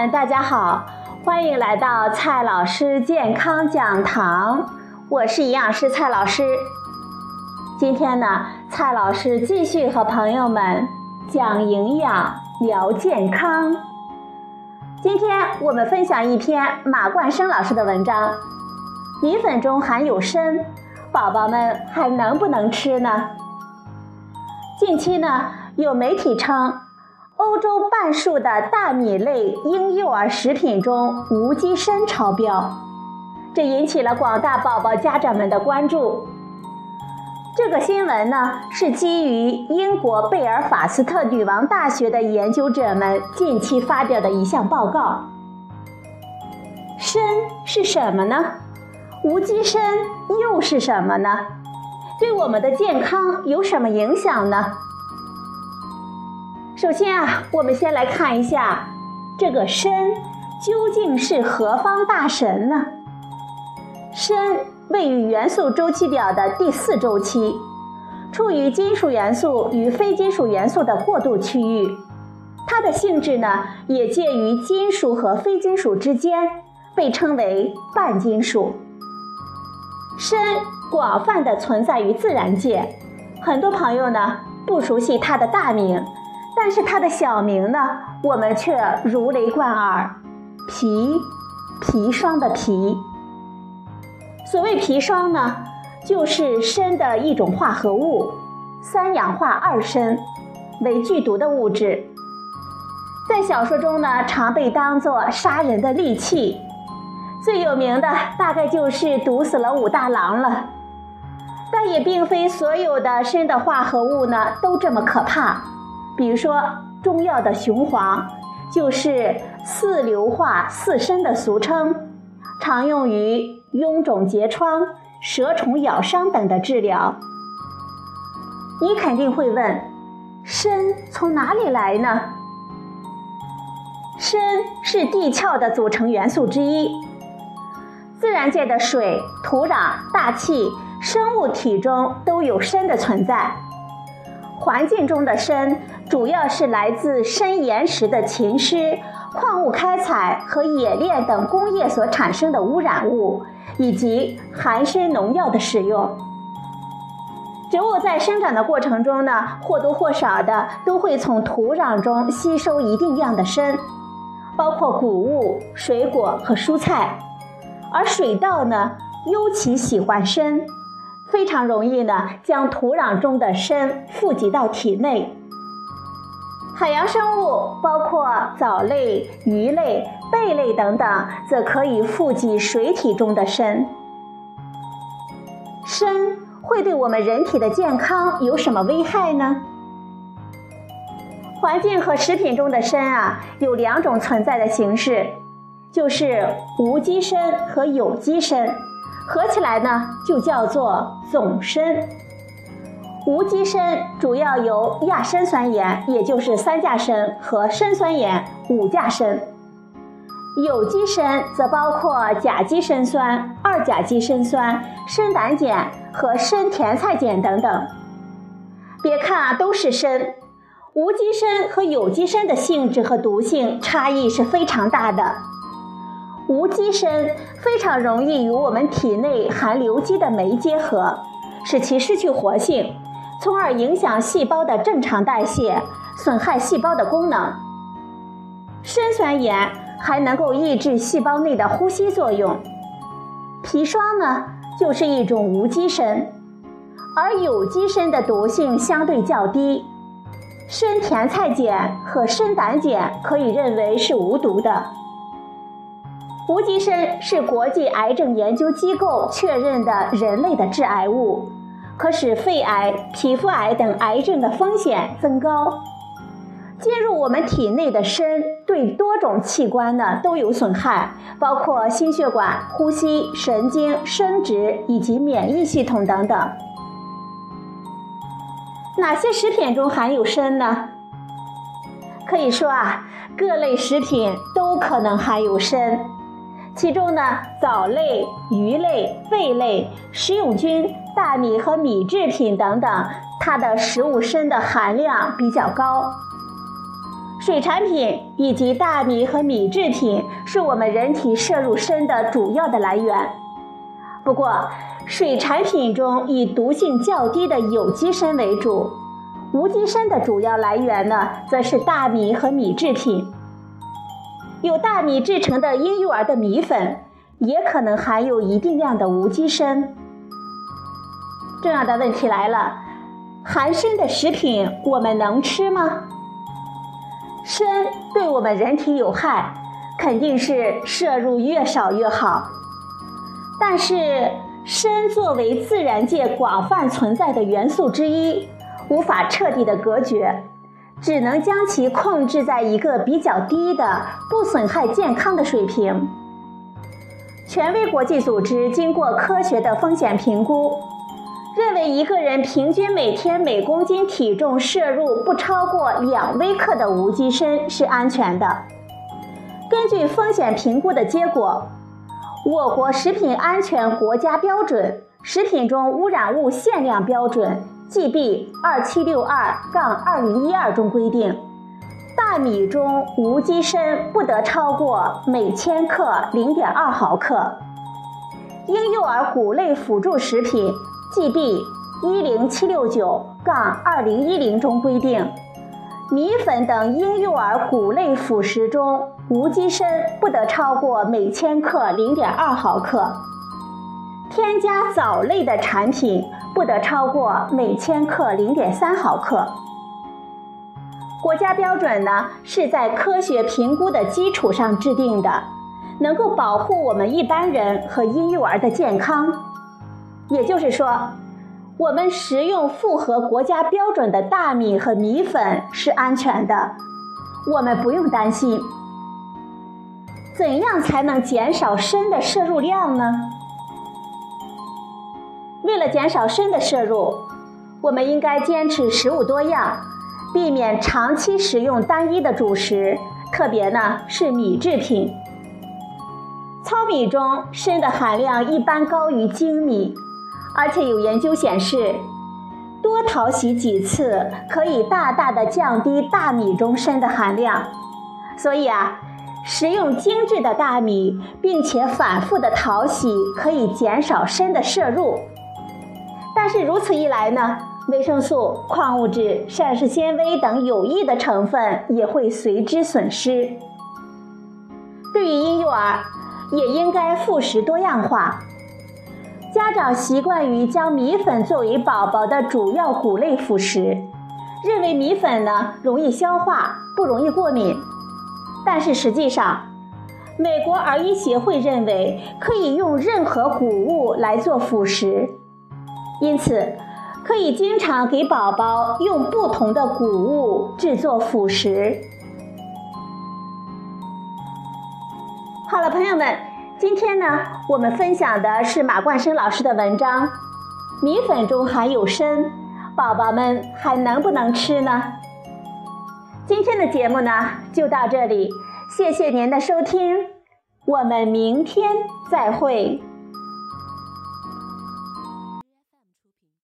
们，大家好，欢迎来到蔡老师健康讲堂，我是营养师蔡老师。今天呢，蔡老师继续和朋友们讲营养聊健康。今天我们分享一篇马冠生老师的文章，米粉中含有砷，宝宝们还能不能吃呢？近期呢，有媒体称欧洲半数的大米类婴幼儿食品中无机砷超标，这引起了广大宝宝家长们的关注。这个新闻呢，是基于英国贝尔法斯特女王大学的研究者们近期发表的一项报告。砷是什么呢？无机砷又是什么呢？对我们的健康有什么影响呢？首先我们先来看一下这个砷究竟是何方大神呢？砷位于元素周期表的第4周期，处于金属元素与非金属元素的过渡区域。它的性质呢，也介于金属和非金属之间，被称为半金属。砷广泛地存在于自然界，很多朋友呢不熟悉它的大名，但是它的小名呢，我们却如雷贯耳。砒霜的砒。所谓砒霜呢，就是砷的一种化合物，3氧化2砷，为剧毒的物质。在小说中呢，常被当作杀人的利器，最有名的大概就是毒死了武大郎了。但也并非所有的砷的化合物呢都这么可怕。比如说中药的雄黄，就是4硫化4砷的俗称，常用于臃肿结疮、蛇虫咬伤等的治疗。你肯定会问，砷从哪里来呢？砷是地壳的组成元素之一，自然界的水、土壤、大气、生物体中都有砷的存在。环境中的砷主要是来自砷岩石的侵蚀、矿物开采和冶炼等工业所产生的污染物，以及含砷农药的使用。植物在生长的过程中呢，或多或少的都会从土壤中吸收一定量的砷，包括谷物、水果和蔬菜。而水稻呢，尤其喜欢砷，非常容易呢将土壤中的砷富集到体内。海洋生物包括藻类、鱼类、贝类等等，则可以富集水体中的砷。砷会对我们人体的健康有什么危害呢？环境和食品中的砷有2种存在的形式，就是无机砷和有机砷，合起来呢就叫做总砷。无机砷主要由亚砷酸盐，也就是3价砷和砷酸盐5价砷。有机砷则包括甲基砷酸、2甲基砷酸、砷胆碱和砷甜菜碱等等。别看都是砷，无机砷和有机砷的性质和毒性差异是非常大的。无机砷非常容易与我们体内含硫基的酶结合，使其失去活性，从而影响细胞的正常代谢，损害细胞的功能。砷酸盐还能够抑制细胞内的呼吸作用。砒霜呢，就是一种无机砷，而有机砷的毒性相对较低。砷甜菜碱和砷胆碱可以认为是无毒的。无机砷是国际癌症研究机构确认的人类的致癌物，可使肺癌、皮肤癌等癌症的风险增高。进入我们体内的砷对多种器官呢都有损害，包括心血管、呼吸、神经、生殖以及免疫系统等等。哪些食品中含有砷呢？可以说各类食品都可能含有砷。其中呢，藻类、鱼类、贝类、食用菌、大米和米制品等等，它的食物砷的含量比较高。 水产品以及大米和米制品是我们人体摄入砷的主要的来源。不过，水产品中以毒性较低的有机砷为主，无机砷的主要来源呢，则是大米和米制品。由大米制成的婴幼儿的米粉，也可能含有一定量的无机砷。重要的问题来了，含砷的食品我们能吃吗？砷对我们人体有害，肯定是摄入越少越好。但是砷作为自然界广泛存在的元素之一，无法彻底的隔绝，只能将其控制在一个比较低的、不损害健康的水平。权威国际组织经过科学的风险评估，认为一个人平均每天每公斤体重摄入不超过2微克的无机砷是安全的。根据风险评估的结果，我国食品安全国家标准食品中污染物限量标准 GB2762-2012 中规定，大米中无机砷不得超过每千克 0.2 毫克。婴幼儿谷类辅助食品GB10769-2010 中规定，米粉等婴幼儿谷类辅食中无机砷不得超过每千克 0.2 毫克。添加藻类的产品不得超过每千克 0.3 毫克。国家标准呢，是在科学评估的基础上制定的，能够保护我们一般人和婴幼儿的健康。也就是说，我们食用符合国家标准的大米和米粉是安全的，我们不用担心。怎样才能减少砷的摄入量呢？为了减少砷的摄入，我们应该坚持食物多样，避免长期食用单一的主食，特别呢是米制品。糙米中砷的含量一般高于精米，而且有研究显示，多淘洗几次可以大大的降低大米中砷的含量。所以食用精致的大米，并且反复的淘洗，可以减少砷的摄入。但是如此一来呢，维生素、矿物质、膳食纤维等有益的成分也会随之损失。对于婴幼儿，也应该辅食多样化。家长习惯于将米粉作为宝宝的主要谷类辅食，认为米粉呢容易消化，不容易过敏。但是实际上，美国儿医协会认为可以用任何谷物来做辅食，因此可以经常给宝宝用不同的谷物制作辅食。好了，朋友们，今天呢，我们分享的是马冠生老师的文章，米粉中含有砷，宝宝们还能不能吃呢？今天的节目呢，就到这里，谢谢您的收听，我们明天再会。